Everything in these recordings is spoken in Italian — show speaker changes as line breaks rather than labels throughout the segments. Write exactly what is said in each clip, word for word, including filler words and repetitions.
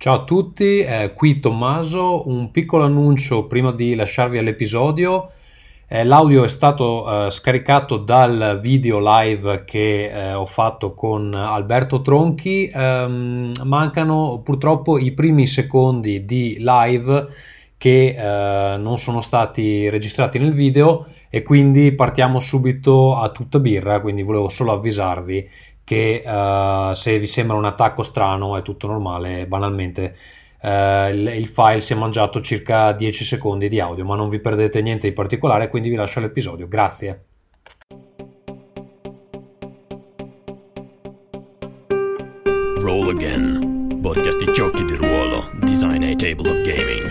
Ciao a tutti, eh, qui Tommaso, un piccolo annuncio prima di lasciarvi all'episodio. Eh, l'audio è stato eh, scaricato dal video live che eh, ho fatto con Alberto Tronchi. Ehm, mancano purtroppo i primi secondi di live che eh, non sono stati registrati nel video e quindi partiamo subito a tutta birra, quindi volevo solo avvisarvi che uh, se vi sembra un attacco strano è tutto normale, banalmente uh, il, il file si è mangiato circa dieci secondi di audio, ma non vi perdete niente di particolare, quindi vi lascio l'episodio. Grazie.
Roll Again, podcast di giochi di ruolo, design a table of gaming.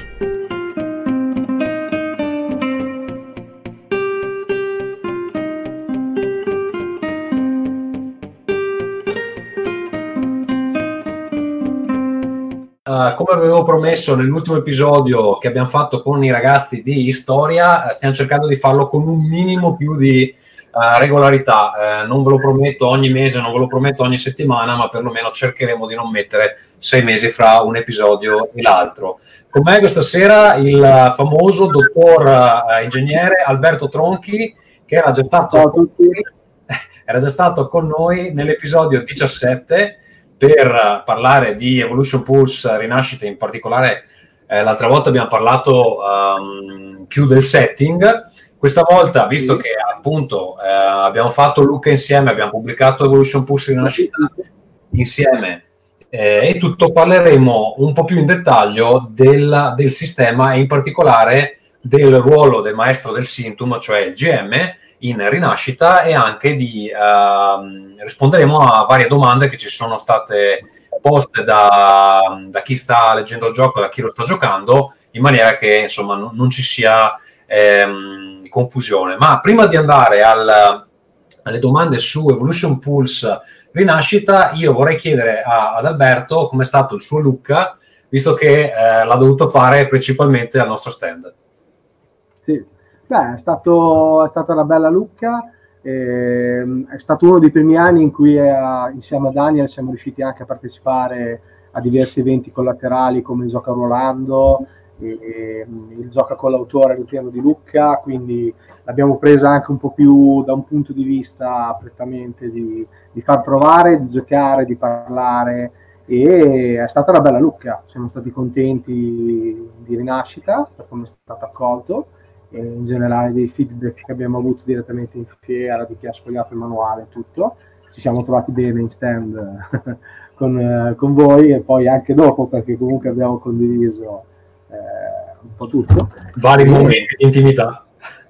Uh, come avevo promesso nell'ultimo episodio che abbiamo fatto con i ragazzi di Storia, uh, stiamo cercando di farlo con un minimo più di uh, regolarità. Uh, non ve lo prometto ogni mese, non ve lo prometto ogni settimana, ma perlomeno cercheremo di non mettere sei mesi fra un episodio e l'altro. Con me questa sera il uh, famoso dottor uh, ingegnere Alberto Tronchi, che era già stato,
Ciao a tutti.
era già stato con noi nell'episodio diciassette per parlare di Evolution Pulse Rinascita. In particolare eh, l'altra volta abbiamo parlato um, più del setting. Questa volta, visto sì. che appunto eh, abbiamo fatto Luca insieme, abbiamo pubblicato Evolution Pulse Rinascita insieme eh, e tutto, parleremo un po' più in dettaglio del, del sistema e in particolare del ruolo del maestro del Synthum, cioè il G M in Rinascita, e anche di uh, risponderemo a varie domande che ci sono state poste da, da chi sta leggendo il gioco, da chi lo sta giocando, in maniera che insomma non, non ci sia ehm, confusione. Ma prima di andare al, alle domande su Evolution Pulse Rinascita, io vorrei chiedere a, ad Alberto come è stato il suo Lucca, visto che eh, l'ha dovuto fare principalmente al nostro stand.
Sì. Beh, è, stato, è stata una bella Lucca, eh, è stato uno dei primi anni in cui eh, insieme a Daniel siamo riusciti anche a partecipare a diversi eventi collaterali come il Gioca Rolando, e, e, il Gioca con l'autore del piano di Lucca, quindi l'abbiamo presa anche un po' più da un punto di vista prettamente di, di far provare, di giocare, di parlare, e è stata una bella Lucca. Siamo stati contenti di Rinascita per come è stato accolto, e in generale dei feedback che abbiamo avuto direttamente in fiera, di chi ha sfogliato il manuale e tutto. Ci siamo trovati bene in stand con, eh, con voi, e poi anche dopo, perché comunque abbiamo condiviso eh, un po' tutto.
Vari e, momenti di intimità.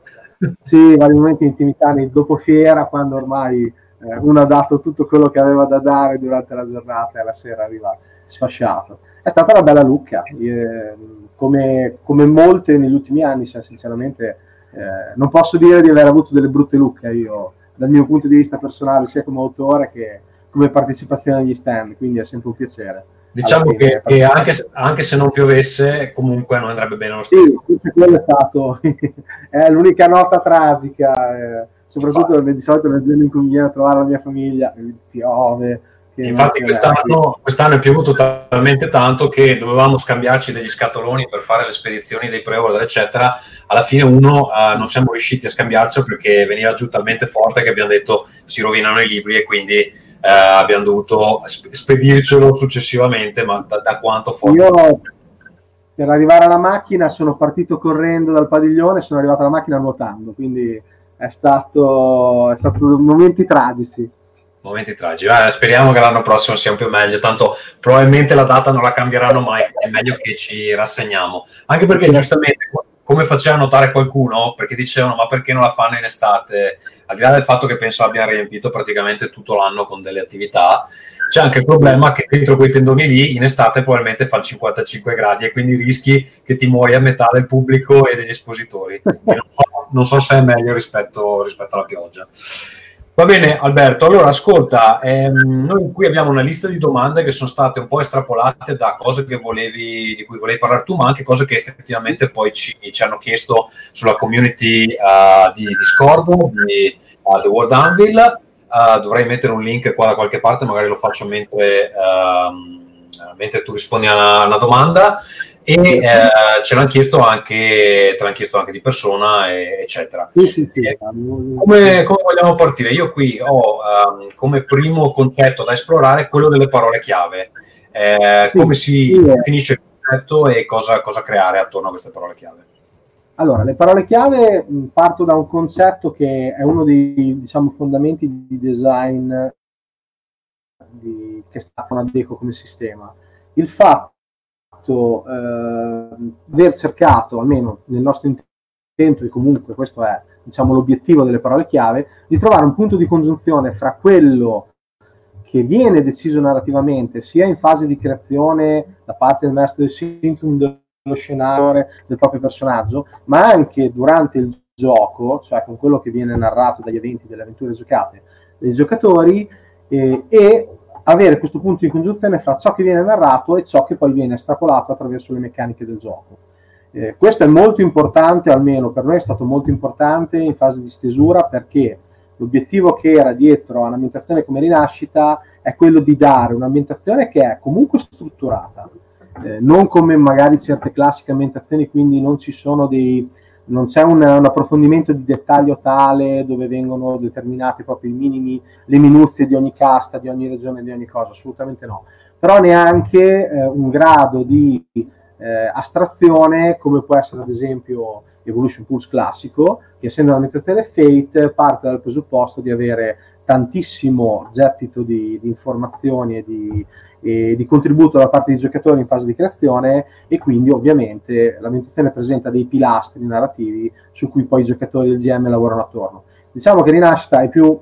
Sì, vari momenti di intimità nel dopo fiera, quando ormai eh, uno ha dato tutto quello che aveva da dare durante la giornata e la sera arriva sfasciato. È stata una bella Lucca, eh, come, come molte negli ultimi anni, cioè, sinceramente eh, non posso dire di aver avuto delle brutte Lucche io, dal mio punto di vista personale, sia come autore che come partecipazione agli stand, quindi è sempre un piacere.
Diciamo che, che anche, se, anche se non piovesse, comunque non andrebbe bene lo stesso.
Sì, quello è stato è l'unica nota tragica, eh, soprattutto di solito nel giorno in cui mi viene a trovare la mia famiglia, piove.
Infatti quest'anno, quest'anno è piovuto talmente tanto che dovevamo scambiarci degli scatoloni per fare le spedizioni dei pre-order eccetera. Alla fine uno uh, non siamo riusciti a scambiarci perché veniva giù talmente forte che abbiamo detto si rovinano i libri, e quindi uh, abbiamo dovuto sp- spedircelo successivamente, ma da, da quanto forte.
Io per arrivare alla macchina sono partito correndo dal padiglione e sono arrivato alla macchina nuotando, quindi è stato, è stato momenti tragici.
Momenti tragici. Eh, speriamo che l'anno prossimo sia un po' meglio, tanto probabilmente la data non la cambieranno mai, è meglio che ci rassegniamo, anche perché giustamente, come faceva notare qualcuno, perché dicevano ma perché non la fanno in estate, al di là del fatto che penso abbiano riempito praticamente tutto l'anno con delle attività, c'è anche il problema che dentro quei tendoni lì in estate probabilmente fa il cinquantacinque gradi e quindi rischi che ti muori a metà del pubblico e degli espositori. Non so, non so se è meglio rispetto, rispetto alla pioggia. Va bene Alberto, allora ascolta, ehm, noi qui abbiamo una lista di domande che sono state un po' estrapolate da cose che volevi, di cui volevi parlare tu, ma anche cose che effettivamente poi ci, ci hanno chiesto sulla community uh, di Discord, di uh, The World Anvil. Uh, dovrei mettere un link qua da qualche parte, magari lo faccio mentre, uh, mentre tu rispondi a una, una domanda, e eh, ce l'hanno chiesto anche, te l'hanno chiesto anche di persona, e, eccetera.
Sì, sì, sì.
Eh, come, come vogliamo partire? Io qui ho um, come primo concetto da esplorare quello delle parole chiave. Eh,
Sì,
come si
sì, eh.
definisce il concetto e cosa, cosa creare attorno a queste parole chiave?
Allora, le parole chiave, mh, parto da un concetto che è uno dei, diciamo, fondamenti di design di, che sta con Adecco come sistema. Il fatto eh, di aver cercato, almeno nel nostro intento, e comunque questo è, diciamo, l'obiettivo delle parole chiave, di trovare un punto di congiunzione fra quello che viene deciso narrativamente, sia in fase di creazione da parte del maestro del Syncum, dello scenario, del proprio personaggio, ma anche durante il gioco, cioè con quello che viene narrato dagli eventi, delle avventure giocate dai giocatori, eh, e avere questo punto di congiunzione fra ciò che viene narrato e ciò che poi viene estrapolato attraverso le meccaniche del gioco. Eh, questo è molto importante, almeno per noi è stato molto importante in fase di stesura, perché l'obiettivo che era dietro a un'ambientazione come Rinascita è quello di dare un'ambientazione che è comunque strutturata, eh, non come magari certe classiche ambientazioni, quindi non ci sono dei, non c'è un, un approfondimento di dettaglio tale dove vengono determinate proprio i minimi, le minuzie di ogni casta, di ogni regione, di ogni cosa, assolutamente no, però neanche eh, un grado di eh, astrazione come può essere ad esempio Evolution Pulse classico, che essendo un'ambientazione Fate parte dal presupposto di avere tantissimo gettito di, di informazioni e di, e di contributo da parte dei giocatori in fase di creazione, e quindi ovviamente l'ambientazione presenta dei pilastri narrativi su cui poi i giocatori del G M lavorano attorno. Diciamo che Rinascita è più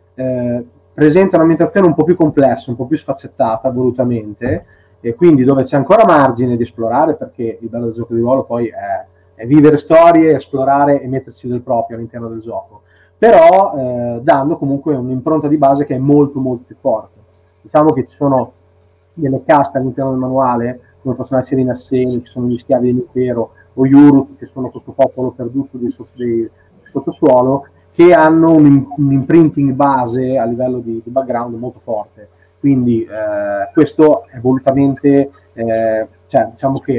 eh, presenta un'ambientazione un po' più complessa, un po' più sfaccettata volutamente, e quindi dove c'è ancora margine di esplorare, perché il bello del gioco di ruolo poi è è vivere storie, esplorare e mettersi del proprio all'interno del gioco, però eh, dando comunque un'impronta di base che è molto molto più forte. Diciamo che ci sono delle caste all'interno del manuale, come possono essere i Nasseni, che sono gli schiavi dell'impero, o gli Uruk, che sono questo popolo perduto di, di sottosuolo, che hanno un, un imprinting base a livello di, di background molto forte. Quindi eh, questo è volutamente, eh, cioè diciamo che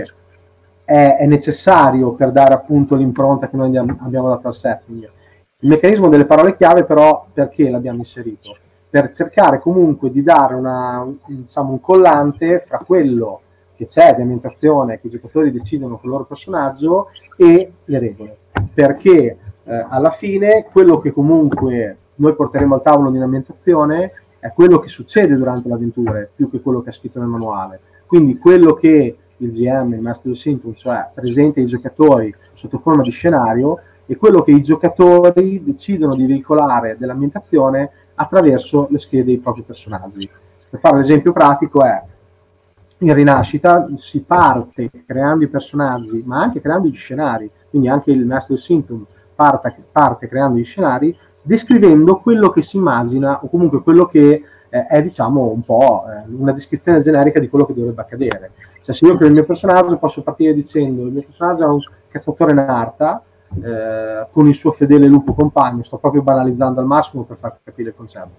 È, è necessario per dare appunto l'impronta che noi abbiamo dato al setting. Il meccanismo delle parole chiave però perché l'abbiamo inserito? Per cercare comunque di dare una, diciamo, un collante fra quello che c'è di ambientazione che i giocatori decidono con il loro personaggio e le regole, perché eh, alla fine quello che comunque noi porteremo al tavolo di un'ambientazione è quello che succede durante l'avventura più che quello che è scritto nel manuale. Quindi quello che il G M, il maestro del Syncum, cioè presenta ai giocatori sotto forma di scenario, e quello che i giocatori decidono di veicolare dell'ambientazione attraverso le schede dei propri personaggi. Per fare l'esempio pratico è, in Rinascita si parte creando i personaggi, ma anche creando gli scenari, quindi anche il maestro del Syncum parte, parte creando gli scenari, descrivendo quello che si immagina, o comunque quello che eh, è, diciamo, un po' eh, una descrizione generica di quello che dovrebbe accadere. Cioè, se io creo il mio personaggio, posso partire dicendo il mio personaggio è un cacciatore Narta eh, con il suo fedele lupo compagno, sto proprio banalizzando al massimo per far capire il concetto,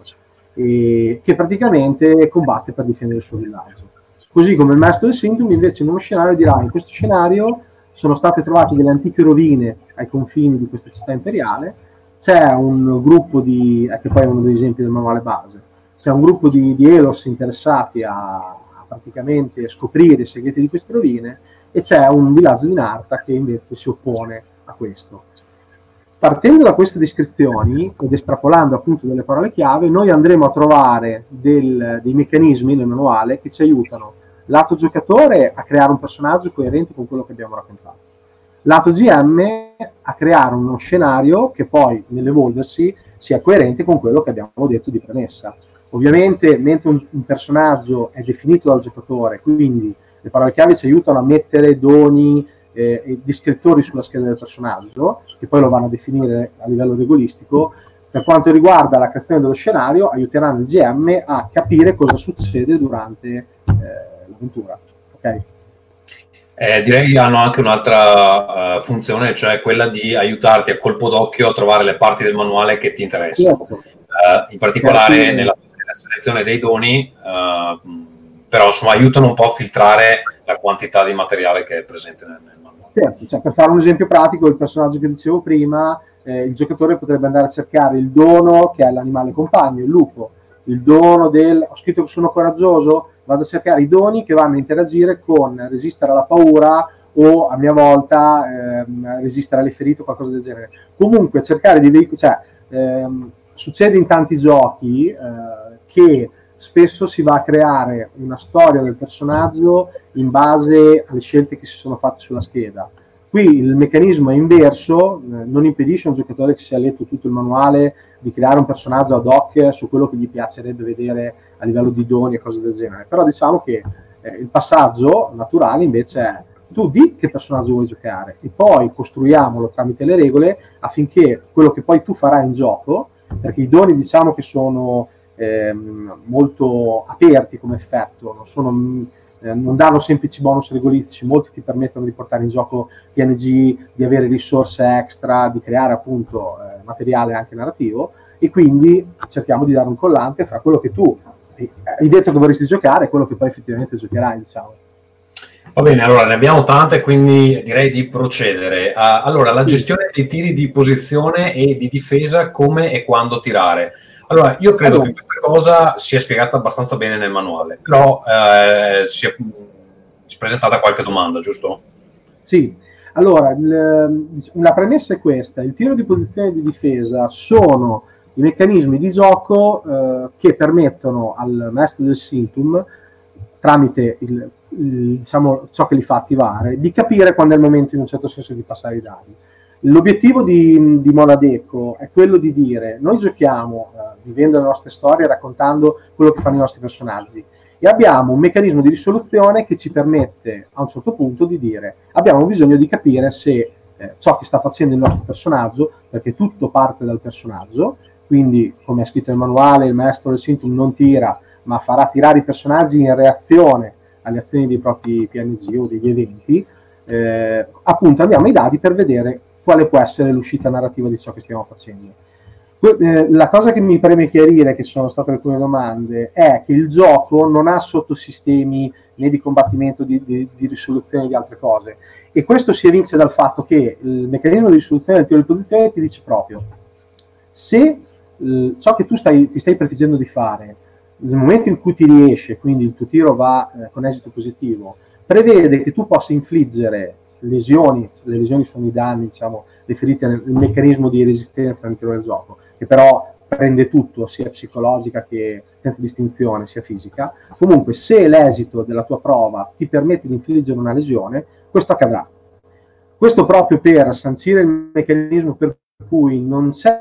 e che praticamente combatte per difendere il suo villaggio. Così come il maestro del Syncum invece in uno scenario dirà: in questo scenario sono state trovate delle antiche rovine ai confini di questa città imperiale, c'è un gruppo di, eh, che poi è uno degli esempi del manuale base, c'è un gruppo di, di Elos interessati a praticamente scoprire i segreti di queste rovine, e c'è un villaggio di Narta che invece si oppone a questo. Partendo da queste descrizioni ed estrapolando appunto delle parole chiave, noi andremo a trovare del, dei meccanismi nel manuale che ci aiutano lato giocatore a creare un personaggio coerente con quello che abbiamo raccontato, lato G M a creare uno scenario che poi nell'evolversi sia coerente con quello che abbiamo detto di premessa. Ovviamente, mentre un, un personaggio è definito dal giocatore, quindi le parole chiave ci aiutano a mettere doni eh, e descrittori sulla scheda del personaggio, che poi lo vanno a definire a livello regolistico. Per quanto riguarda la creazione dello scenario, aiuteranno il G M a capire cosa succede durante eh, l'avventura. Ok?
Eh, direi che hanno anche un'altra uh, funzione, cioè quella di aiutarti a colpo d'occhio a trovare le parti del manuale che ti interessano. Uh, in particolare nella, nella selezione dei doni, uh, però insomma aiutano un po' a filtrare la quantità di materiale che è presente nel, nel manuale.
Certo, cioè, per fare un esempio pratico, il personaggio che dicevo prima, eh, il giocatore potrebbe andare a cercare il dono che è l'animale compagno, il lupo, il dono del ho scritto che sono coraggioso, vado a cercare i doni che vanno a interagire con resistere alla paura o a mia volta ehm, resistere alle ferite o qualcosa del genere. Comunque cercare di veicolare, cioè, ehm, succede in tanti giochi eh, che spesso si va a creare una storia del personaggio in base alle scelte che si sono fatte sulla scheda. Qui il meccanismo è inverso, eh, non impedisce a un giocatore che si è letto tutto il manuale di creare un personaggio ad hoc su quello che gli piacerebbe vedere a livello di doni e cose del genere. Però diciamo che eh, il passaggio naturale invece è tu di che personaggio vuoi giocare e poi costruiamolo tramite le regole affinché quello che poi tu farai in gioco, perché i doni diciamo che sono ehm, molto aperti come effetto, non sono... non danno semplici bonus regolistici, molti ti permettono di portare in gioco P N G, di avere risorse extra, di creare appunto eh, materiale anche narrativo, e quindi cerchiamo di dare un collante fra quello che tu hai detto che vorresti giocare e quello che poi effettivamente giocherai, diciamo.
Va bene, allora ne abbiamo tante, quindi direi di procedere. Uh, allora, la gestione dei tiri di posizione e di difesa, come e quando tirare. Allora, io credo allora. che questa cosa sia spiegata abbastanza bene nel manuale, però eh, si, è, si è presentata qualche domanda, giusto?
Sì, allora, il, la premessa è questa: il tiro di posizione e di difesa sono i meccanismi di gioco eh, che permettono al maestro del Symptom, tramite il, il, diciamo, ciò che li fa attivare, di capire quando è il momento in un certo senso di passare i dadi. L'obiettivo di, di Monadeco è quello di dire: noi giochiamo eh, vivendo le nostre storie, raccontando quello che fanno i nostri personaggi, e abbiamo un meccanismo di risoluzione che ci permette a un certo punto di dire abbiamo bisogno di capire se eh, ciò che sta facendo il nostro personaggio, perché tutto parte dal personaggio, quindi come è scritto nel manuale il maestro del Symptom non tira, ma farà tirare i personaggi in reazione alle azioni dei propri P N G o degli eventi. Eh, appunto andiamo ai dadi per vedere quale può essere l'uscita narrativa di ciò che stiamo facendo. Eh, la cosa che mi preme chiarire, che ci sono state alcune domande, è che il gioco non ha sottosistemi né di combattimento, di, di, di risoluzione di altre cose, e questo si evince dal fatto che il meccanismo di risoluzione del tiro di posizione ti dice proprio se eh, ciò che tu stai, ti stai prefiggendo di fare nel momento in cui ti riesce, quindi il tuo tiro va eh, con esito positivo, prevede che tu possa infliggere lesioni, le lesioni sono i danni, diciamo, le ferite nel meccanismo di resistenza all'interno del gioco, che però prende tutto, sia psicologica che senza distinzione, sia fisica. Comunque, se l'esito della tua prova ti permette di infliggere una lesione, questo accadrà. Questo proprio per sancire il meccanismo per cui non c'è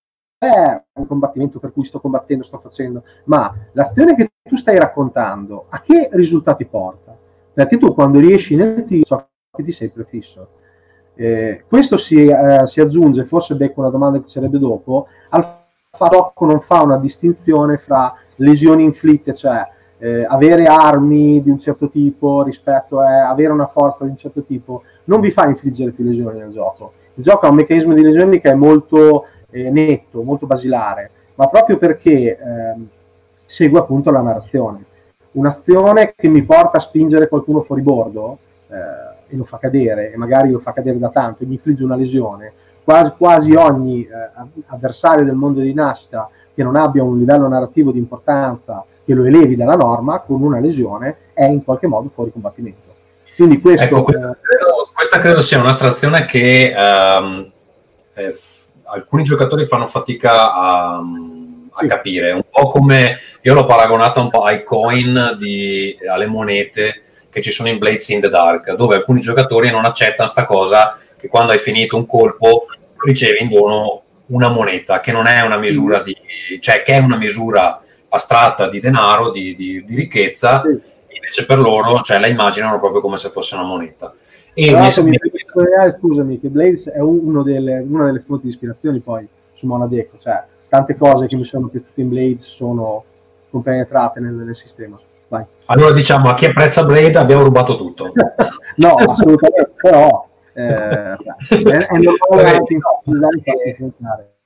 un combattimento per cui sto combattendo, sto facendo, ma l'azione che tu stai raccontando a che risultati porta? Perché tu quando riesci nel tiro che ti sei prefisso. Eh, questo si, eh, si aggiunge, forse becco una domanda che ci sarebbe dopo, al fatto che non fa una distinzione fra lesioni inflitte, cioè eh, avere armi di un certo tipo rispetto a avere una forza di un certo tipo, non vi fa infliggere più lesioni nel gioco. Il gioco ha un meccanismo di lesioni che è molto eh, netto, molto basilare, ma proprio perché eh, segue appunto la narrazione. Un'azione che mi porta a spingere qualcuno fuori bordo eh, e lo fa cadere, e magari lo fa cadere da tanto e gli infligge una lesione, quasi, quasi ogni eh, avversario del mondo di nascita che non abbia un livello narrativo di importanza che lo elevi dalla norma, con una lesione è in qualche modo fuori combattimento. Quindi questo,
ecco, questa, credo, questa credo sia un'astrazione che um, eh, f- alcuni giocatori fanno fatica a, a sì. capire, un po' come io l'ho paragonata un po' ai coin, di, alle monete che ci sono in Blades in the Dark, dove alcuni giocatori non accettano sta cosa che quando hai finito un colpo ricevi in dono una moneta, che non è una misura di, cioè che è una misura astratta di denaro, di, di, di ricchezza, sì. Invece per loro, cioè, la immaginano proprio come se fosse una moneta. E mi
mi mi... scusami, che Blades è uno delle, una delle fonti di ispirazione poi su Monadeco, cioè tante cose che mi sono piaciute in Blades sono compenetrate nel, nel sistema. Vai.
Allora diciamo, a chi apprezza Blade abbiamo rubato tutto.
No, assolutamente, però eh, è, è normale anche in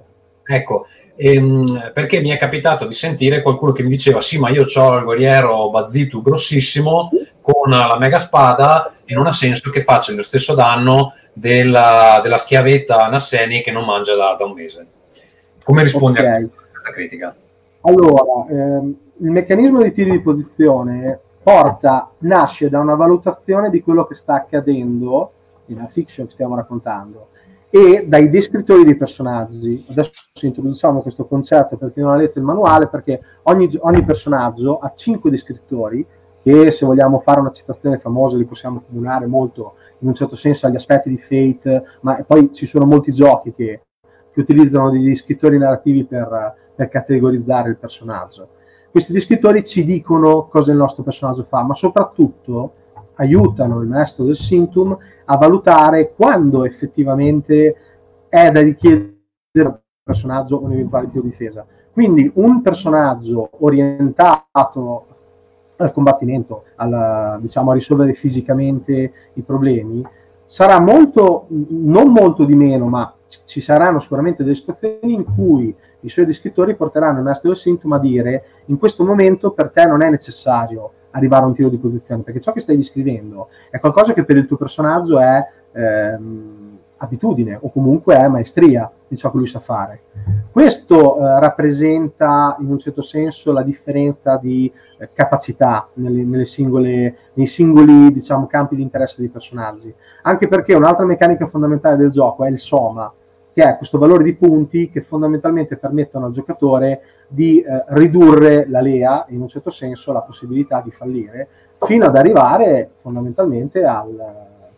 Ecco, ehm, perché mi è capitato di sentire qualcuno che mi diceva sì, ma io ho il guerriero Bazitu grossissimo con la mega spada e non ha senso che faccia lo stesso danno della, della schiavetta Nasseni che non mangia da, da un mese. Come rispondi okay. a questa, questa critica?
Allora, ehm, il meccanismo di tiri di posizione porta, nasce da una valutazione di quello che sta accadendo nella fiction che stiamo raccontando e dai descrittori dei personaggi. Adesso introduciamo questo concetto per chi non ha letto il manuale, perché ogni, ogni personaggio ha cinque descrittori che, se vogliamo fare una citazione famosa, li possiamo comunare molto in un certo senso agli aspetti di Fate, ma poi ci sono molti giochi che, che utilizzano degli descrittori narrativi per, per categorizzare il personaggio. Questi descrittori ci dicono cosa il nostro personaggio fa, ma soprattutto aiutano il maestro del Symptom a valutare quando effettivamente è da richiedere al personaggio un eventuale tiro di difesa. Quindi un personaggio orientato al combattimento, al, diciamo, a risolvere fisicamente i problemi, sarà molto, non molto di meno, ma ci saranno sicuramente delle situazioni in cui i suoi descrittori porteranno il maestro del Symptom a dire: in questo momento per te non è necessario arrivare a un tiro di posizione, perché ciò che stai descrivendo è qualcosa che per il tuo personaggio è ehm, abitudine o comunque è maestria di ciò che lui sa fare. Questo eh, rappresenta in un certo senso la differenza di eh, capacità nelle, nelle singole, nei singoli, diciamo, campi di interesse dei personaggi, anche perché un'altra meccanica fondamentale del gioco è il soma, che è questo valore di punti che fondamentalmente permettono al giocatore di eh, ridurre la Lea, in un certo senso la possibilità di fallire, fino ad arrivare fondamentalmente al...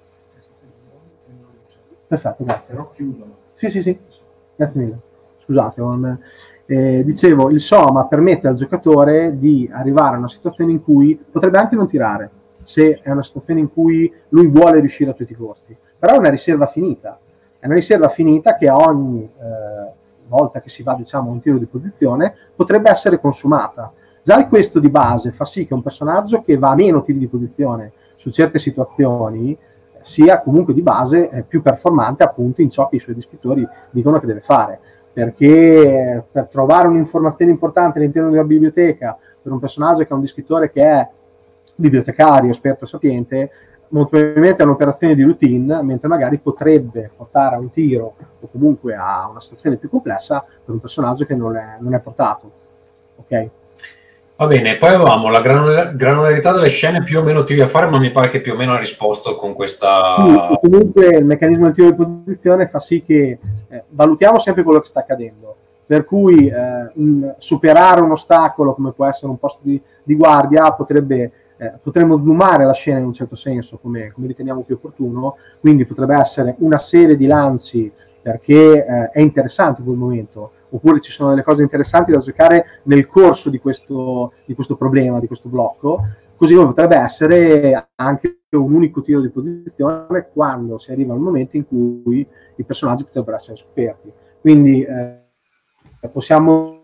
Perfetto, grazie. No? Sì, sì, sì, grazie mille. Scusate, non... eh, dicevo, il soma permette al giocatore di arrivare a una situazione in cui potrebbe anche non tirare, se è una situazione in cui lui vuole riuscire a tutti i costi, però è una riserva finita. È una riserva finita che a ogni eh, volta che si va, diciamo, a un tiro di posizione potrebbe essere consumata. Già questo di base fa sì che un personaggio che va a meno tiri di posizione su certe situazioni sia comunque di base eh, più performante appunto in ciò che i suoi descrittori dicono che deve fare, perché eh, per trovare un'informazione importante all'interno di una biblioteca per un personaggio che ha un descrittore che è bibliotecario, esperto, sapiente, molto probabilmente è un'operazione di routine, mentre magari potrebbe portare a un tiro o comunque a una situazione più complessa per un personaggio che non è, non è portato. Ok?
Va bene, poi avevamo la granul- granularità delle scene, più o meno tiri a fare, ma mi pare che più o meno ha risposto con questa...
Sì, comunque il meccanismo del tiro di posizione fa sì che eh, valutiamo sempre quello che sta accadendo, per cui eh, in, superare un ostacolo come può essere un posto di, di guardia potrebbe... Eh, potremmo zoomare la scena in un certo senso, come, come riteniamo più opportuno, quindi potrebbe essere una serie di lanci perché eh, è interessante quel momento, oppure ci sono delle cose interessanti da giocare nel corso di questo, di questo problema, di questo blocco, così come potrebbe essere anche un unico tiro di posizione quando si arriva al momento in cui i personaggi potrebbero essere scoperti. Quindi eh, possiamo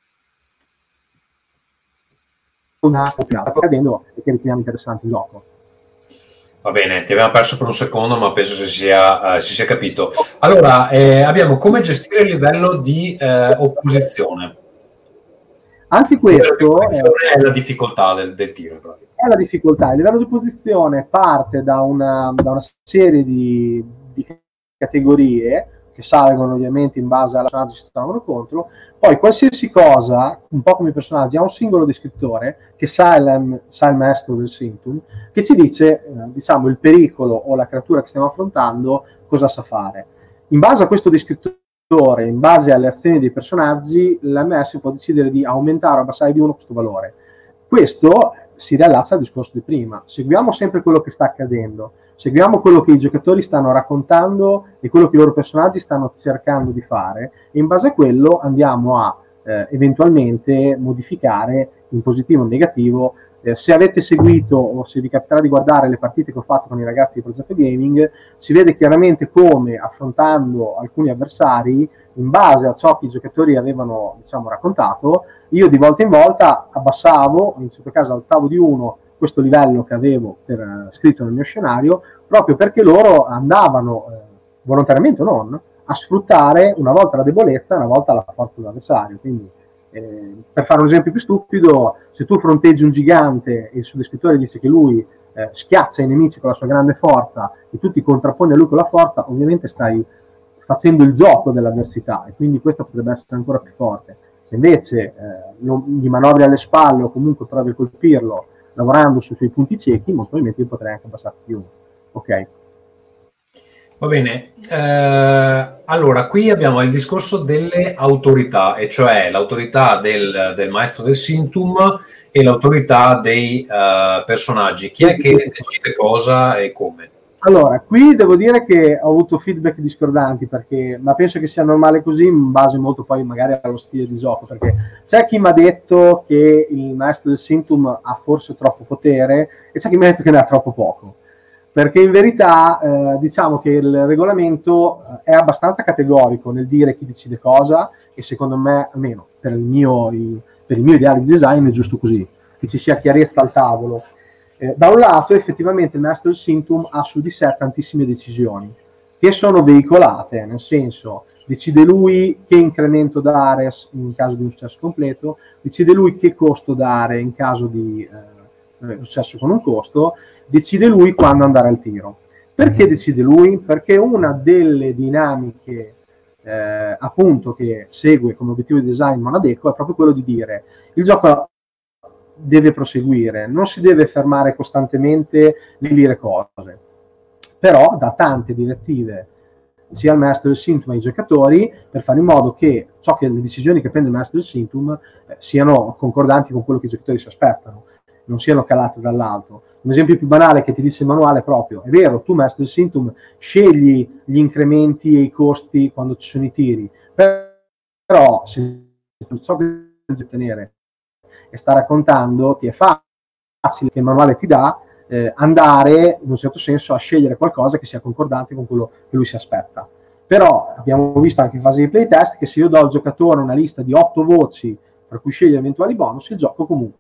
accadendo e che riteniamo interessante il gioco.
Va bene, ti avevamo perso per un secondo, ma penso si sia, uh, si sia capito. Allora, eh, abbiamo come gestire il livello di eh, opposizione.
Anche questo
è, è la difficoltà del, del tiro. Proprio.
È la difficoltà. Il livello di opposizione parte da una, da una serie di, di categorie che salgono ovviamente in base alla personaggi che si trovano contro. Poi qualsiasi cosa, un po' come i personaggi, ha un singolo descrittore che sa il, sa il maestro del Symptom, che ci dice, eh, diciamo, il pericolo o la creatura che stiamo affrontando, cosa sa fare. In base a questo descrittore, in base alle azioni dei personaggi, l'M S può decidere di aumentare o abbassare di uno questo valore. Questo si riallaccia al discorso di prima. Seguiamo sempre quello che sta accadendo, seguiamo quello che i giocatori stanno raccontando e quello che i loro personaggi stanno cercando di fare, e in base a quello andiamo a eh, eventualmente modificare in positivo o in negativo. Eh, se avete seguito o se vi capiterà di guardare le partite che ho fatto con i ragazzi di Progetto Gaming, si vede chiaramente come, affrontando alcuni avversari, in base a ciò che i giocatori avevano, diciamo, raccontato, io di volta in volta abbassavo, in questo caso alzavo di uno questo livello che avevo per, uh, scritto nel mio scenario, proprio perché loro andavano, eh, volontariamente o non, a sfruttare una volta la debolezza e una volta la forza dell'avversario. Quindi, eh, per fare un esempio più stupido, se tu fronteggi un gigante e il suo descrittore dice che lui eh, schiaccia i nemici con la sua grande forza e tu ti contrapponi a lui con la forza, ovviamente stai facendo il gioco dell'avversità e quindi questa potrebbe essere ancora più forte. Se invece eh, lo, gli manovri alle spalle o comunque provi a colpirlo lavorando sui suoi punti ciechi, molto probabilmente io potrei anche abbassare più. Ok.
Va bene, eh, allora qui abbiamo il discorso delle autorità, e cioè l'autorità del, del maestro del Sintum e l'autorità dei uh, personaggi. Chi è che decide cosa e come?
Allora, qui devo dire che ho avuto feedback discordanti, perché, ma penso che sia normale così, in base molto poi magari allo stile di gioco, perché c'è chi mi ha detto che il maestro del Sintum ha forse troppo potere e c'è chi mi ha detto che ne ha troppo poco. Perché in verità eh, diciamo che il regolamento è abbastanza categorico nel dire chi decide cosa, e secondo me, almeno per il mio, il, per il mio ideale di design, è giusto così, che ci sia chiarezza al tavolo. Eh, da un lato effettivamente il maestro del Sintum ha su di sé tantissime decisioni che sono veicolate, nel senso decide lui che incremento dare in caso di un successo completo, decide lui che costo dare in caso di eh, successo con un costo, decide lui quando andare al tiro. Perché decide lui? Perché una delle dinamiche eh, appunto che segue come obiettivo di design Monadeco è proprio quello di dire il gioco deve proseguire, non si deve fermare costantemente nel dire cose, però dà tante direttive sia al maestro del Sintum ai giocatori per fare in modo che ciò che le decisioni che prende il maestro del Sintum eh, siano concordanti con quello che i giocatori si aspettano, non siano calate dall'alto. Un esempio più banale che ti dice il manuale è proprio, è vero, tu maestro del Sintum scegli gli incrementi e i costi quando ci sono i tiri, però se ciò che devi ottenere e sta raccontando, ti è facile che il manuale ti dà eh, andare in un certo senso a scegliere qualcosa che sia concordante con quello che lui si aspetta. Però abbiamo visto anche in fase di playtest che se io do al giocatore una lista di otto voci per cui scegliere eventuali bonus, il gioco comunque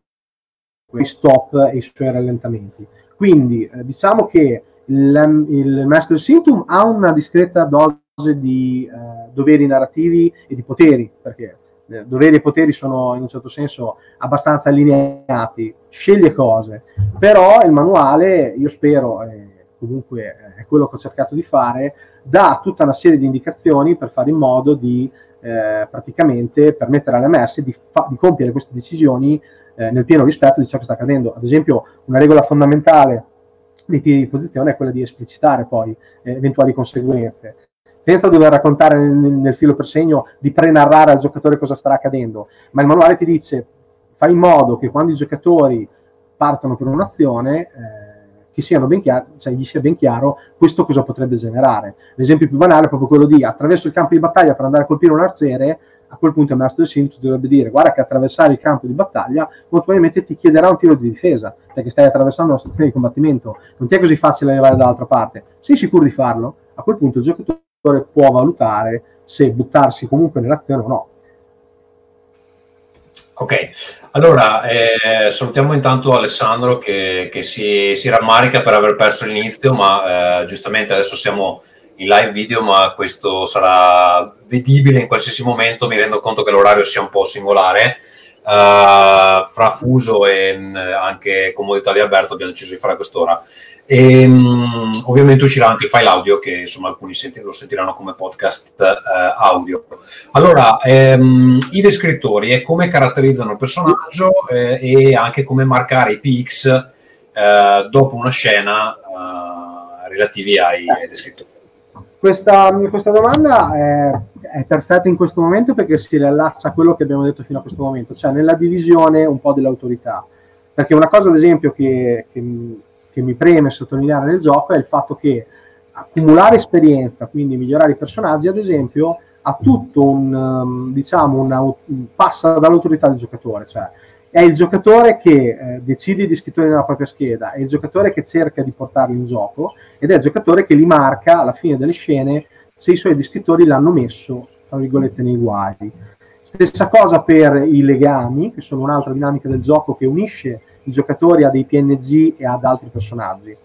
stop e i suoi rallentamenti. Quindi eh, diciamo che il, il maestro del Sintum ha una discreta dose di eh, doveri narrativi e di poteri, perché eh, doveri e poteri sono in un certo senso abbastanza allineati, sceglie cose, però il manuale, io spero, eh, comunque è quello che ho cercato di fare, dà tutta una serie di indicazioni per fare in modo di eh, praticamente permettere alle M S di, fa- di compiere queste decisioni eh, nel pieno rispetto di ciò che sta accadendo. Ad esempio, una regola fondamentale dei tiri di posizione è quella di esplicitare poi eh, eventuali conseguenze, senza dover raccontare nel, nel filo per segno, di prenarrare al giocatore cosa starà accadendo, ma il manuale ti dice fai in modo che quando i giocatori partono per un'azione eh, che siano ben chiaro, cioè gli sia ben chiaro questo cosa potrebbe generare. L'esempio più banale è proprio quello di attraverso il campo di battaglia per andare a colpire un arciere. A quel punto il maestro del Sintum dovrebbe dire guarda che attraversare il campo di battaglia molto probabilmente ti chiederà un tiro di difesa, perché stai attraversando una stazione di combattimento, non ti è così facile arrivare dall'altra parte. Sei sicuro di farlo? A quel punto il giocatore può valutare se buttarsi comunque nell'azione o no.
Ok, allora eh, salutiamo intanto Alessandro che, che si, si rammarica per aver perso l'inizio, ma eh, giustamente adesso siamo in live video, ma questo sarà vedibile in qualsiasi momento. Mi rendo conto che l'orario sia un po' singolare, uh, fra fuso e mh, anche comodità di Alberto abbiamo deciso di fare quest'ora. E, mh, ovviamente uscirà anche il file audio, che insomma alcuni senti- lo sentiranno come podcast uh, audio. Allora, ehm, i descrittori e come caratterizzano il personaggio eh, e anche come marcare i P X eh, dopo una scena uh, relativi ai, ai descrittori.
Questa, questa domanda è, è perfetta in questo momento perché si riallaccia a quello che abbiamo detto fino a questo momento, cioè nella divisione un po' dell'autorità. Perché una cosa, ad esempio, che, che, che mi preme sottolineare nel gioco è il fatto che accumulare esperienza, quindi migliorare i personaggi, ad esempio, ha tutto un, diciamo, una, passa dall'autorità del giocatore, cioè è il giocatore che eh, decide i descrittori nella propria scheda, è il giocatore che cerca di portarli in gioco ed è il giocatore che li marca alla fine delle scene se i suoi descrittori l'hanno messo, tra virgolette, nei guai. Stessa cosa per i legami, che sono un'altra dinamica del gioco che unisce i giocatori a dei P N G e ad altri personaggi.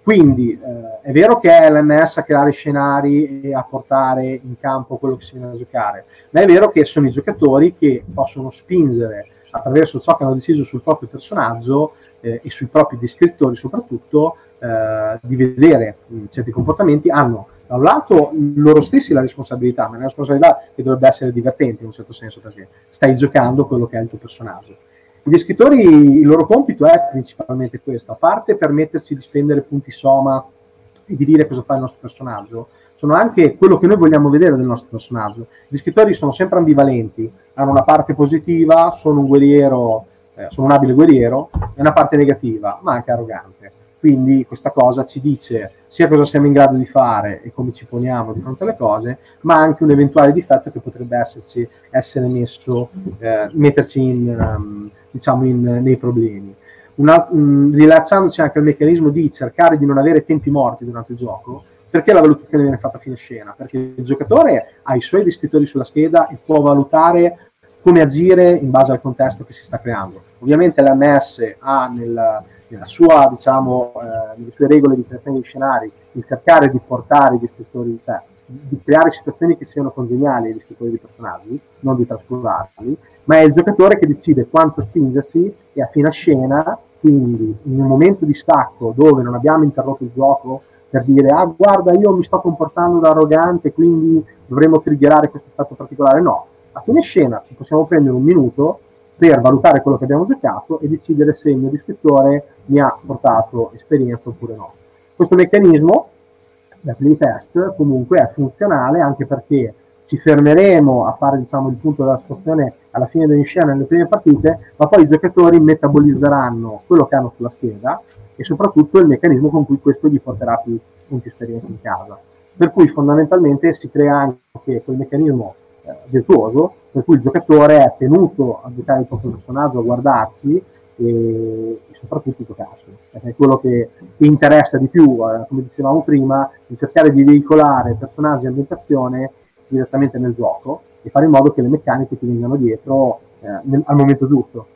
Quindi eh, è vero che è l'M S a creare scenari e a portare in campo quello che si viene a giocare, ma è vero che sono i giocatori che possono spingere attraverso ciò che hanno deciso sul proprio personaggio eh, e sui propri descrittori soprattutto eh, di vedere certi comportamenti. Hanno da un lato loro stessi la responsabilità, ma è una responsabilità che dovrebbe essere divertente in un certo senso, perché stai giocando quello che è il tuo personaggio. I descrittori, il loro compito è principalmente questo, a parte permetterci di spendere punti soma e di dire cosa fa il nostro personaggio, sono anche quello che noi vogliamo vedere del nostro personaggio. I descrittori sono sempre ambivalenti, hanno una parte positiva, sono un guerriero, eh, sono un abile guerriero, e una parte negativa, ma anche arrogante. Quindi questa cosa ci dice sia cosa siamo in grado di fare e come ci poniamo di fronte alle cose, ma anche un eventuale difetto che potrebbe esserci, essere messo, eh, metterci in, um, diciamo in, nei problemi. Una, um, rilacciandoci anche al meccanismo di cercare di non avere tempi morti durante il gioco, perché la valutazione viene fatta a fine scena? Perché il giocatore ha i suoi descrittori sulla scheda e può valutare come agire in base al contesto che si sta creando. Ovviamente l'M S ha nel nella sua, diciamo, eh, nelle sue regole di creazione di scenari, di cercare di portare gli scrittori, cioè di creare situazioni che siano congeniali agli scrittori di personaggi, non di trascurarli, ma è il giocatore che decide quanto spingersi e a fine scena, quindi in un momento di stacco dove non abbiamo interrotto il gioco per dire ah guarda io mi sto comportando da arrogante quindi dovremmo triggerare questo fatto particolare, no, a fine scena ci possiamo prendere un minuto per valutare quello che abbiamo giocato e decidere se il mio descrittore mi ha portato esperienza oppure no. Questo meccanismo, da playtest, comunque è funzionale anche perché ci fermeremo a fare, diciamo, il punto della situazione alla fine della scena nelle prime partite, ma poi i giocatori metabolizzeranno quello che hanno sulla scheda e soprattutto il meccanismo con cui questo gli porterà più punti esperienza in casa. Per cui fondamentalmente si crea anche quel meccanismo eh, virtuoso per cui il giocatore è tenuto a giocare il proprio personaggio, a guardarsi e, e soprattutto giocarsi, perché è quello che, che interessa di più, eh, come dicevamo prima, di cercare di veicolare personaggi e ambientazione direttamente nel gioco e fare in modo che le meccaniche ti vengano dietro eh, nel, al momento giusto.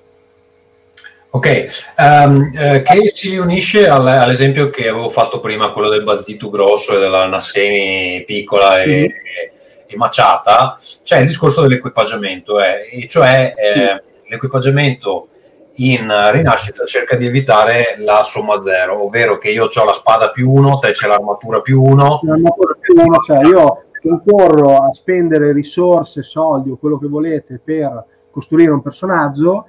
Ok, um, eh, che si unisce al, all'esempio che avevo fatto prima, quello del Bazzitu grosso e della Nasseni piccola e, mm. e, e maciata, c'è il discorso dell'equipaggiamento, eh, e cioè eh, mm. l'equipaggiamento in Rinascita cerca di evitare la somma zero, ovvero che io ho la spada più uno, te c'è l'armatura più uno.
L'armatura più uno, cioè io concorro a spendere risorse, soldi o quello che volete per costruire un personaggio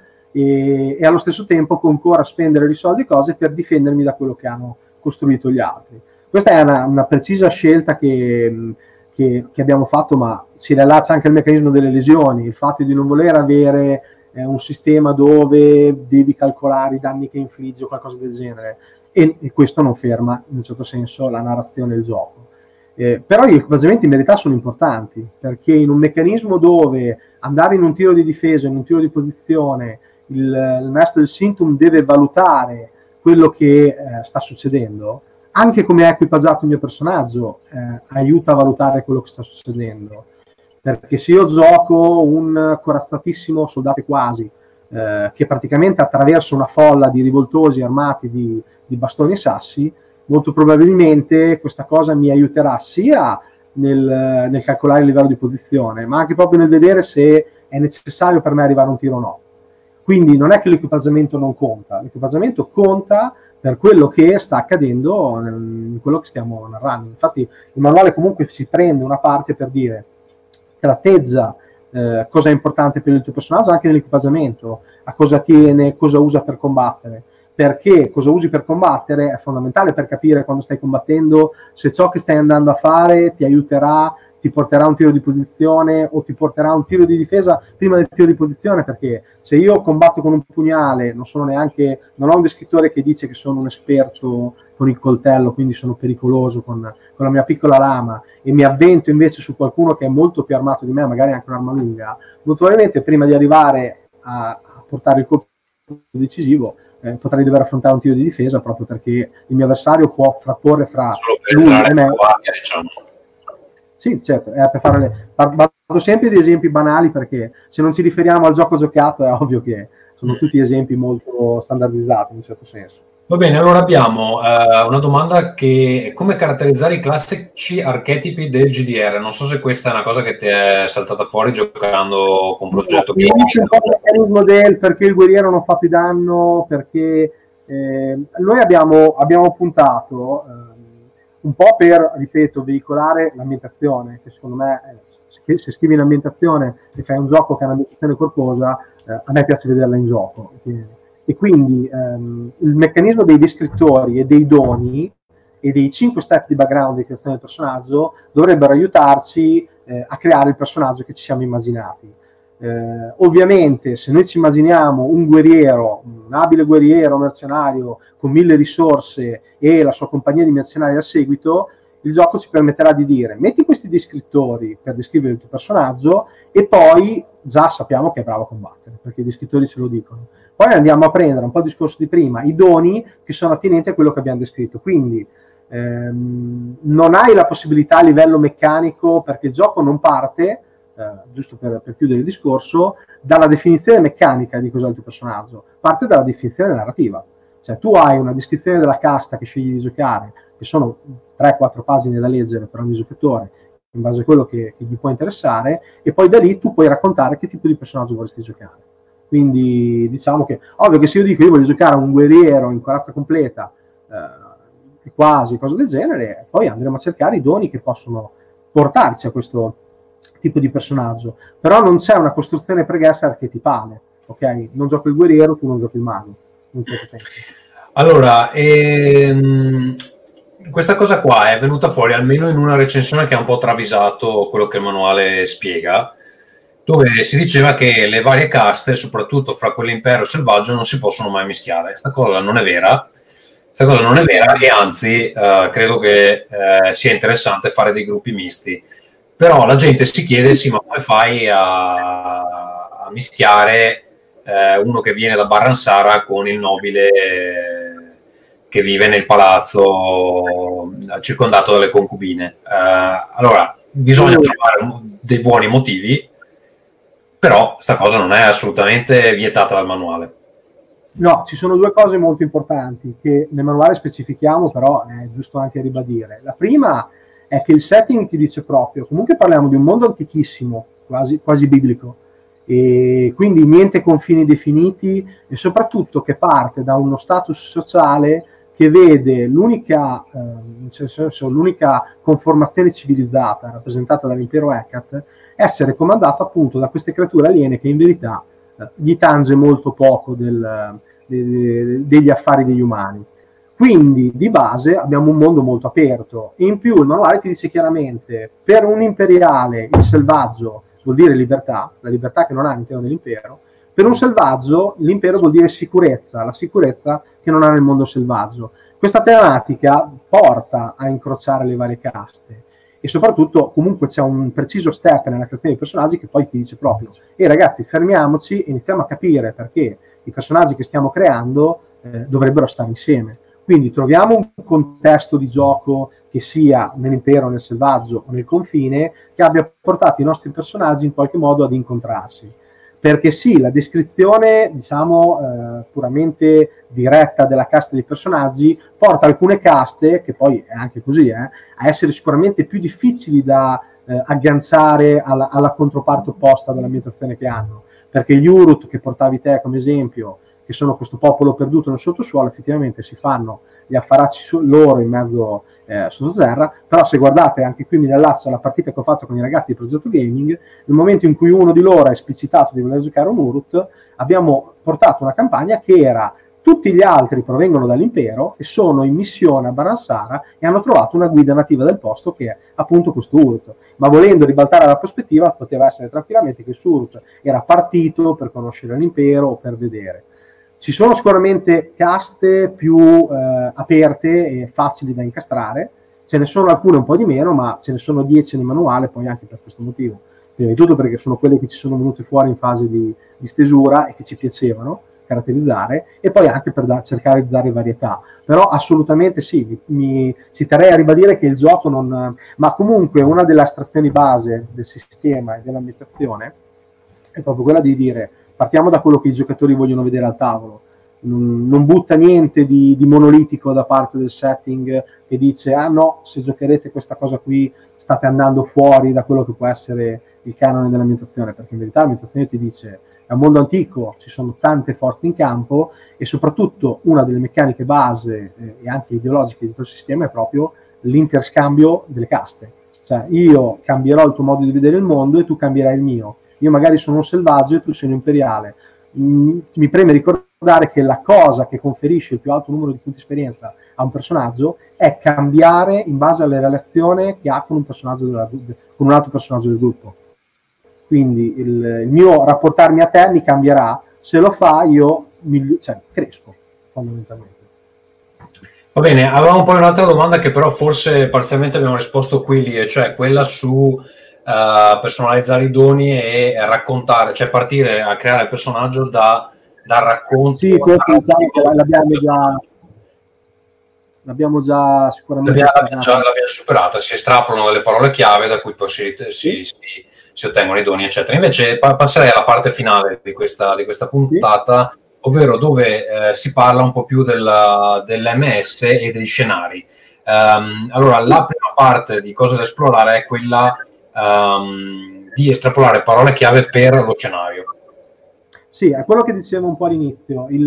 e, e allo stesso tempo concorro a spendere i soldi e cose per difendermi da quello che hanno costruito gli altri. Questa è una, una precisa scelta che, che, che abbiamo fatto, ma si riallaccia anche al meccanismo delle lesioni, il fatto di non voler avere eh, un sistema dove devi calcolare i danni che infliggi o qualcosa del genere, e, e questo non ferma in un certo senso la narrazione del gioco. Eh, però gli equipaggiamenti in verità sono importanti, perché in un meccanismo dove andare in un tiro di difesa, in un tiro di posizione, il, il maestro del Symptom deve valutare quello che eh, sta succedendo, anche come è equipaggiato il mio personaggio eh, aiuta a valutare quello che sta succedendo, perché se io gioco un corazzatissimo soldato quasi eh, che praticamente attraversa una folla di rivoltosi armati di, di bastoni e sassi, molto probabilmente questa cosa mi aiuterà sia nel, nel calcolare il livello di posizione, ma anche proprio nel vedere se è necessario per me arrivare a un tiro o no. Quindi non è che l'equipaggiamento non conta, l'equipaggiamento conta per quello che sta accadendo in quello che stiamo narrando. Infatti il manuale comunque si prende una parte per dire tratteggia eh, cosa è importante per il tuo personaggio anche nell'equipaggiamento, a cosa tiene, cosa usa per combattere, perché cosa usi per combattere è fondamentale per capire quando stai combattendo se ciò che stai andando a fare ti aiuterà, ti porterà a un tiro di posizione o ti porterà a un tiro di difesa prima del tiro di posizione, perché se io combatto con un pugnale non sono neanche, non ho un descrittore che dice che sono un esperto con il coltello, quindi sono pericoloso con, con la mia piccola lama, e mi avvento invece su qualcuno che è molto più armato di me, magari anche un'arma lunga, molto probabilmente prima di arrivare a, a portare il colpo decisivo eh, potrei dover affrontare un tiro di difesa proprio perché il mio avversario può frapporre fra lui e me. Guardia, diciamo. Sì, certo, è per fare le... vado sempre di esempi banali perché se non ci riferiamo al gioco giocato è ovvio che sono tutti esempi molto standardizzati in un certo senso.
Va bene, allora abbiamo uh, una domanda che come caratterizzare i classici archetipi del G D R? Non so se questa è una cosa che ti è saltata fuori giocando con Progetto
Gaming. Un po' il meccanismo del perché il guerriero non fa più danno, perché eh, noi abbiamo, abbiamo puntato eh, un po' per, ripeto, veicolare l'ambientazione, che secondo me, eh, se scrivi l'ambientazione e fai un gioco che ha un'ambientazione corposa, eh, a me piace vederla in gioco. Quindi, e quindi ehm, il meccanismo dei descrittori e dei doni e dei cinque step di background di creazione del personaggio dovrebbero aiutarci eh, a creare il personaggio che ci siamo immaginati. Eh, ovviamente se noi ci immaginiamo un guerriero, un abile guerriero mercenario con mille risorse e la sua compagnia di mercenari al seguito, il gioco ci permetterà di dire metti questi descrittori per descrivere il tuo personaggio e poi già sappiamo che è bravo a combattere, perché i descrittori ce lo dicono. Poi andiamo a prendere un po' il discorso di prima, i doni che sono attinenti a quello che abbiamo descritto. Quindi ehm, non hai la possibilità a livello meccanico, perché il gioco non parte, eh, giusto per, per chiudere il discorso, dalla definizione meccanica di cos'è il tuo personaggio, parte dalla definizione narrativa. Cioè tu hai una descrizione della casta che scegli di giocare, che sono tre quattro pagine da leggere per ogni giocatore, in base a quello che, che gli può interessare, e poi da lì tu puoi raccontare che tipo di personaggio vorresti giocare. Quindi diciamo che, ovvio che se io dico io voglio giocare a un guerriero in corazza completa, eh, quasi, cose del genere, poi andremo a cercare i doni che possono portarci a questo tipo di personaggio. Però non c'è una costruzione pregressa archetipale, ok? Non gioco il guerriero, tu non giochi il mago. In certo senso.
Allora, ehm, questa cosa qua è venuta fuori almeno in una recensione che ha un po' travisato quello che il manuale spiega, dove si diceva che le varie caste, soprattutto fra quelle impero e selvaggio, non si possono mai mischiare. Questa cosa non è vera, questa cosa non è vera e anzi eh, credo che eh, sia interessante fare dei gruppi misti. Però la gente si chiede, sì, ma come fai a, a mischiare eh, uno che viene da Barransara con il nobile eh, che vive nel palazzo eh, circondato dalle concubine? Eh, allora, bisogna trovare dei buoni motivi, però sta cosa non è assolutamente vietata dal manuale.
No, ci sono due cose molto importanti che nel manuale specifichiamo, però è giusto anche ribadire. La prima è che il setting ti dice proprio, comunque parliamo di un mondo antichissimo, quasi, quasi biblico, e quindi niente confini definiti, e soprattutto che parte da uno status sociale che vede l'unica, eh, nel senso, l'unica conformazione civilizzata rappresentata dall'impero Hecate essere comandato appunto da queste creature aliene che in verità eh, gli tange molto poco del, de, degli affari degli umani. Quindi di base abbiamo un mondo molto aperto. In più il manuale ti dice chiaramente, per un imperiale il selvaggio vuol dire libertà, la libertà che non ha all'interno dell'impero. Per un selvaggio l'impero vuol dire sicurezza, la sicurezza che non ha nel mondo selvaggio. Questa tematica porta a incrociare le varie caste e soprattutto comunque c'è un preciso step nella creazione dei personaggi che poi ti dice proprio e ragazzi fermiamoci e iniziamo a capire perché i personaggi che stiamo creando eh, dovrebbero stare insieme. Quindi troviamo un contesto di gioco che sia nell'impero, nel selvaggio o nel confine, che abbia portato i nostri personaggi in qualche modo ad incontrarsi. Perché sì, la descrizione, diciamo, eh, puramente diretta della casta dei personaggi porta alcune caste, che poi è anche così, eh, a essere sicuramente più difficili da eh, agganciare alla, alla controparte opposta dell'ambientazione che hanno. Perché gli Urut, che portavi te come esempio, che sono questo popolo perduto nel sottosuolo, effettivamente si fanno gli affaracci loro in mezzo eh, sottoterra, però se guardate, anche qui mi riallaccio alla partita che ho fatto con i ragazzi di Progetto Gaming, nel momento in cui uno di loro ha esplicitato di voler giocare un Urut, abbiamo portato una campagna che era tutti gli altri provengono dall'impero e sono in missione a Barransara e hanno trovato una guida nativa del posto che è appunto questo Urut, ma volendo ribaltare la prospettiva poteva essere tranquillamente che il Urut era partito per conoscere l'impero o per vedere. Ci sono sicuramente caste più eh, aperte e facili da incastrare, ce ne sono alcune un po' di meno, ma ce ne sono dieci nel manuale, poi anche per questo motivo. Prima di tutto perché sono quelle che ci sono venute fuori in fase di, di stesura e che ci piacevano caratterizzare, e poi anche per da, cercare di dare varietà. Però assolutamente sì, mi, mi, ci terrei a ribadire che il gioco non... Ma comunque una delle astrazioni base del sistema e dell'ambientazione è proprio quella di dire... Partiamo da quello che i giocatori vogliono vedere al tavolo. non, non butta niente di, di monolitico da parte del setting che dice ah no, se giocherete questa cosa qui state andando fuori da quello che può essere il canone dell'ambientazione, perché in verità l'ambientazione ti dice è un mondo antico, ci sono tante forze in campo e soprattutto una delle meccaniche base eh, e anche ideologiche di tutto il sistema è proprio l'interscambio delle caste. Cioè io cambierò il tuo modo di vedere il mondo e tu cambierai il mio. Io magari sono un selvaggio e tu sei un imperiale. Mm, mi preme ricordare che la cosa che conferisce il più alto numero di punti esperienza a un personaggio è cambiare in base alla relazione che ha con un personaggio della, con un altro personaggio del gruppo. Quindi il, il mio rapportarmi a te mi cambierà. Se lo fa io mi, cioè, cresco fondamentalmente.
Va bene, avevamo poi un'altra domanda che però forse parzialmente abbiamo risposto qui lì, e cioè quella su uh, personalizzare i doni e raccontare, cioè partire a creare il personaggio da, dal racconto.
Sì, questo diciamo che l'abbiamo già, l'abbiamo già sicuramente
l'abbiamo, già, l'abbiamo superata, si estrapolano delle parole chiave da cui poi si, si, si, si ottengono i doni, eccetera. Invece pa- passerei alla parte finale di questa, di questa puntata, sì, ovvero dove eh, si parla un po' più del, dell'M S e degli scenari. Um, allora, la prima parte di cose da esplorare è quella um, di estrapolare parole chiave per lo scenario.
Sì, è quello che dicevo un po' all'inizio. Il,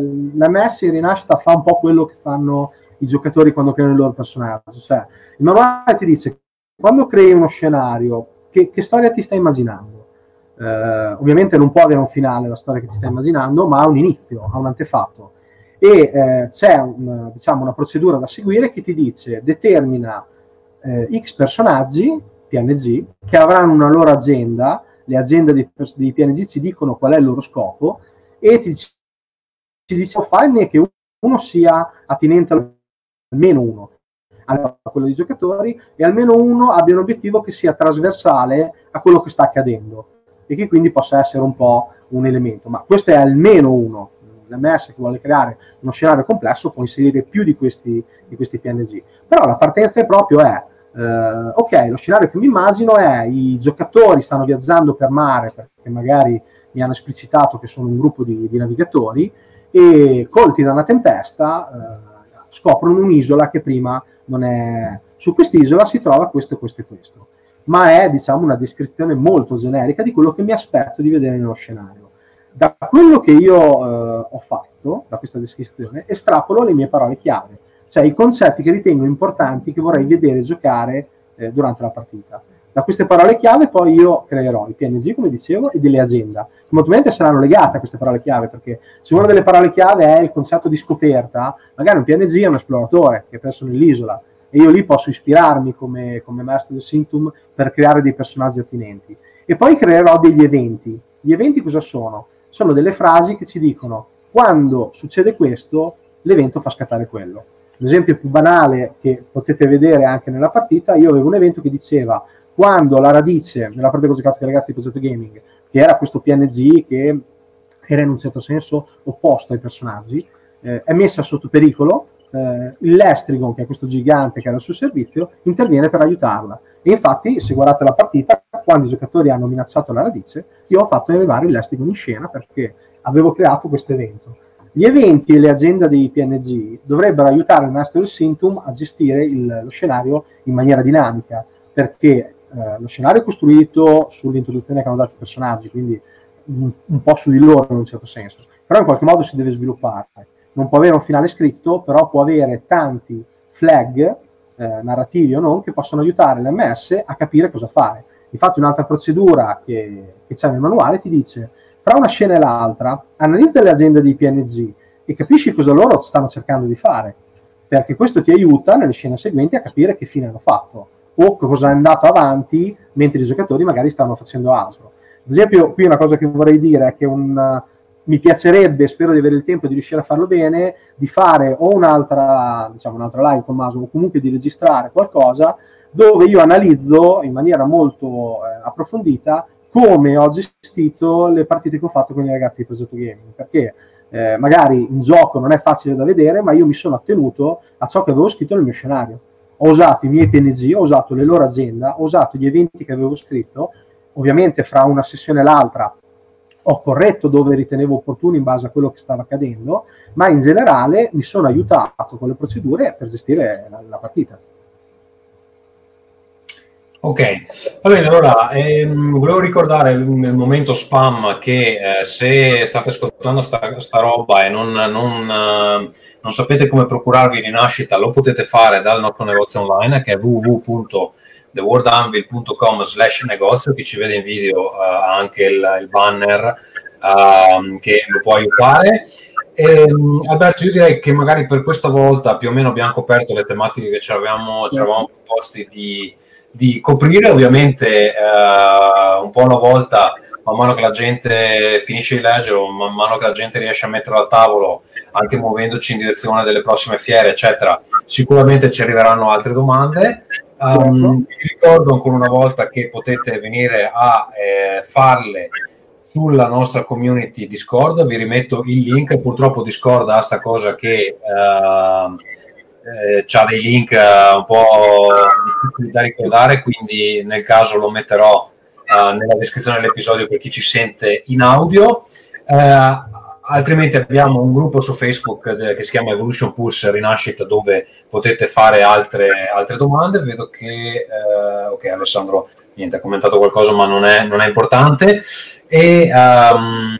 l'M S in Rinascita fa un po' quello che fanno i giocatori quando creano il loro personaggio. Cioè, il manuale ti dice, quando crei uno scenario, che, che storia ti stai immaginando? Uh, ovviamente non può avere un finale la storia che ti stai immaginando, ma ha un inizio, ha un antefatto e eh, c'è un, diciamo, una procedura da seguire che ti dice determina eh, X personaggi P N G che avranno una loro agenda, le agende dei, dei P N G ci dicono qual è il loro scopo e ti, ci dice farne che uno sia attinente almeno uno a quello dei giocatori e almeno uno abbia un obiettivo che sia trasversale a quello che sta accadendo e che quindi possa essere un po' un elemento, ma questo è almeno uno. L'M S che vuole creare uno scenario complesso può inserire più di questi, di questi P N G, però la partenza è proprio è eh, ok, lo scenario che mi immagino è i giocatori stanno viaggiando per mare perché magari mi hanno esplicitato che sono un gruppo di, di navigatori e colti da una tempesta eh, scoprono un'isola che prima non è, su quest'isola si trova questo, questo e questo, ma è diciamo una descrizione molto generica di quello che mi aspetto di vedere nello scenario. Da quello che io eh, ho fatto, da questa descrizione, estrapolo le mie parole chiave, cioè i concetti che ritengo importanti che vorrei vedere giocare eh, durante la partita. Da queste parole chiave poi io creerò i P N G, come dicevo, e delle agenda. Ovviamente saranno legate a queste parole chiave, perché se una delle parole chiave è il concetto di scoperta, magari un P N G è un esploratore che è perso nell'isola, e io lì posso ispirarmi come, come maestro del Symptom per creare dei personaggi attinenti. E poi creerò degli eventi. Gli eventi cosa sono? Sono delle frasi che ci dicono quando succede questo, l'evento fa scattare quello. L'esempio più banale che potete vedere anche nella partita, io avevo un evento che diceva quando la radice, nella partita che ho giocato con i ragazzi di Progetto Gaming, che era questo P N G che era in un certo senso opposto ai personaggi, eh, è messa sotto pericolo, eh, il Lestrigon, che è questo gigante che era al suo servizio, interviene per aiutarla. E infatti, se guardate la partita, quando i giocatori hanno minacciato la radice, io ho fatto arrivare il Lestrigon in scena perché avevo creato questo evento. Gli eventi e le agende dei P N G dovrebbero aiutare il maestro del Symptom a gestire il, lo scenario in maniera dinamica, perché eh, lo scenario è costruito sull'introduzione che hanno dato i personaggi, quindi un, un po' su di loro in un certo senso, però in qualche modo si deve sviluppare. Non può avere un finale scritto, però può avere tanti flag, eh, narrativi o non, che possono aiutare l'M S a capire cosa fare. Infatti un'altra procedura che, che c'è nel manuale ti dice, fra una scena e l'altra, analizza le agende dei P N G e capisci cosa loro stanno cercando di fare, perché questo ti aiuta nelle scene seguenti a capire che fine hanno fatto, o cosa è andato avanti mentre i giocatori magari stanno facendo altro. Ad esempio, qui una cosa che vorrei dire è che un... mi piacerebbe, spero di avere il tempo di riuscire a farlo bene, di fare o un'altra, diciamo un'altra live, Tommaso, o comunque di registrare qualcosa dove io analizzo in maniera molto eh, approfondita come ho gestito le partite che ho fatto con i ragazzi di Progetto Gaming, perché eh, magari in gioco non è facile da vedere, ma io mi sono attenuto a ciò che avevo scritto nel mio scenario. Ho usato i miei P N G, ho usato le loro agenda, ho usato gli eventi che avevo scritto, ovviamente fra una sessione e l'altra ho corretto dove ritenevo opportuno in base a quello che stava accadendo, ma in generale mi sono aiutato con le procedure per gestire la, la partita.
Ok, va bene, allora ehm, volevo ricordare nel momento spam che eh, se state ascoltando sta, sta roba e non, non, eh, non sapete come procurarvi Rinascita, lo potete fare dal nostro negozio online che è w w w punto the world anvil punto com slash negozio. Chi ci vede in video uh, ha anche il, il banner uh, che lo può aiutare. E, Alberto, io direi che magari per questa volta più o meno abbiamo coperto le tematiche che ci eravamo, ci eravamo proposti di di coprire. Ovviamente eh, un po' alla volta, man mano che la gente finisce di leggere o man mano che la gente riesce a metterlo al tavolo, anche muovendoci in direzione delle prossime fiere eccetera, sicuramente ci arriveranno altre domande. Um, vi ricordo ancora una volta che potete venire a eh, farle sulla nostra community Discord. Vi rimetto il link. Purtroppo Discord ha sta cosa che uh, Eh, c'ha dei link uh, un po' difficili da ricordare, quindi nel caso lo metterò uh, nella descrizione dell'episodio per chi ci sente in audio. Uh, altrimenti abbiamo un gruppo su Facebook de- che si chiama Evolution Pulse Rinascita, dove potete fare altre, altre domande. Vedo che uh, ok, Alessandro niente, ha commentato qualcosa, ma non è, non è importante. E um,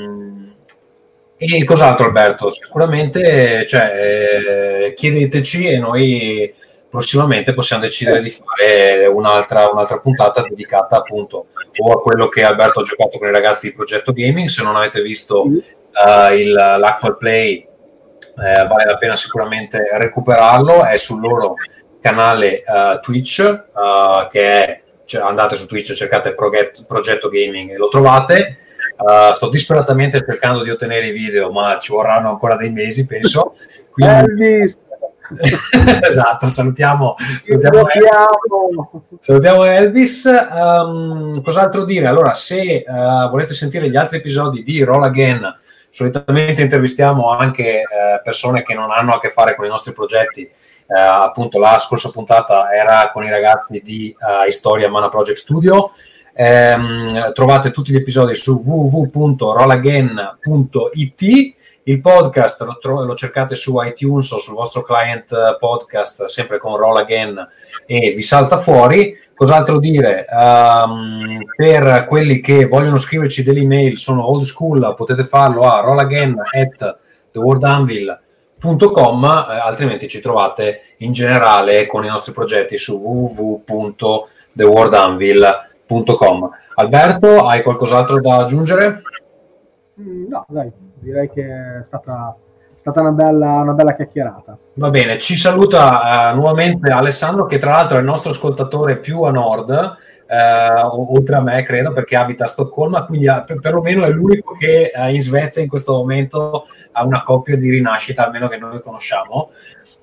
E cos'altro, Alberto? Sicuramente, cioè, eh, chiedeteci e noi prossimamente possiamo decidere di fare un'altra, un'altra puntata dedicata appunto o a quello che Alberto ha giocato con i ragazzi di Progetto Gaming. Se non avete visto uh, il, l'Actual Play, eh, vale la pena sicuramente recuperarlo. È sul loro canale uh, Twitch, uh, che è, cioè, andate su Twitch, cercate Progetto, Progetto Gaming e lo trovate. Uh, sto disperatamente cercando di ottenere i video, ma ci vorranno ancora dei mesi, penso. Quindi...
Elvis!
Esatto, salutiamo, salutiamo Elvis. Salutiamo Elvis. Um, cos'altro dire? Allora, se uh, volete sentire gli altri episodi di Roll Again, solitamente intervistiamo anche uh, persone che non hanno a che fare con i nostri progetti. Uh, appunto, la scorsa puntata era con i ragazzi di uh, Historia Mana Project Studio. Um, trovate tutti gli episodi su w w w punto roll again punto i t. Il podcast lo, tro- lo cercate su iTunes o sul vostro client podcast, sempre con Roll Again, e vi salta fuori. Cos'altro dire? Um, per quelli che vogliono scriverci delle email, sono old school, potete farlo a rollagain at the world anvil punto com, eh, altrimenti ci trovate in generale con i nostri progetti su w w w punto the world anvil punto com. Alberto, hai qualcos'altro da aggiungere?
No, dai, direi che è stata, è stata una bella, una bella chiacchierata.
Va bene, ci saluta uh, nuovamente Alessandro, che tra l'altro è il nostro ascoltatore più a nord, uh, oltre a me credo, perché abita a Stoccolma, quindi uh, per, perlomeno è l'unico che uh, in Svezia in questo momento ha una coppia di Rinascita, almeno che noi conosciamo,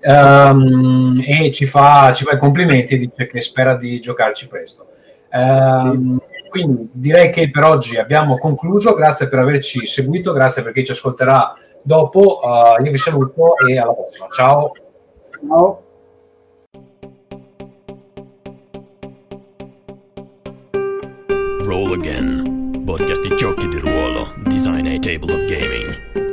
um, e ci fa, ci fa i complimenti e dice che spera di giocarci presto. Um, quindi direi che per oggi abbiamo concluso. Grazie per averci seguito, grazie per chi ci ascolterà dopo. Uh, io vi saluto e alla prossima. Ciao.
Ciao.
Roll Again, podcast di giochi di ruolo, Design a Table of Gaming.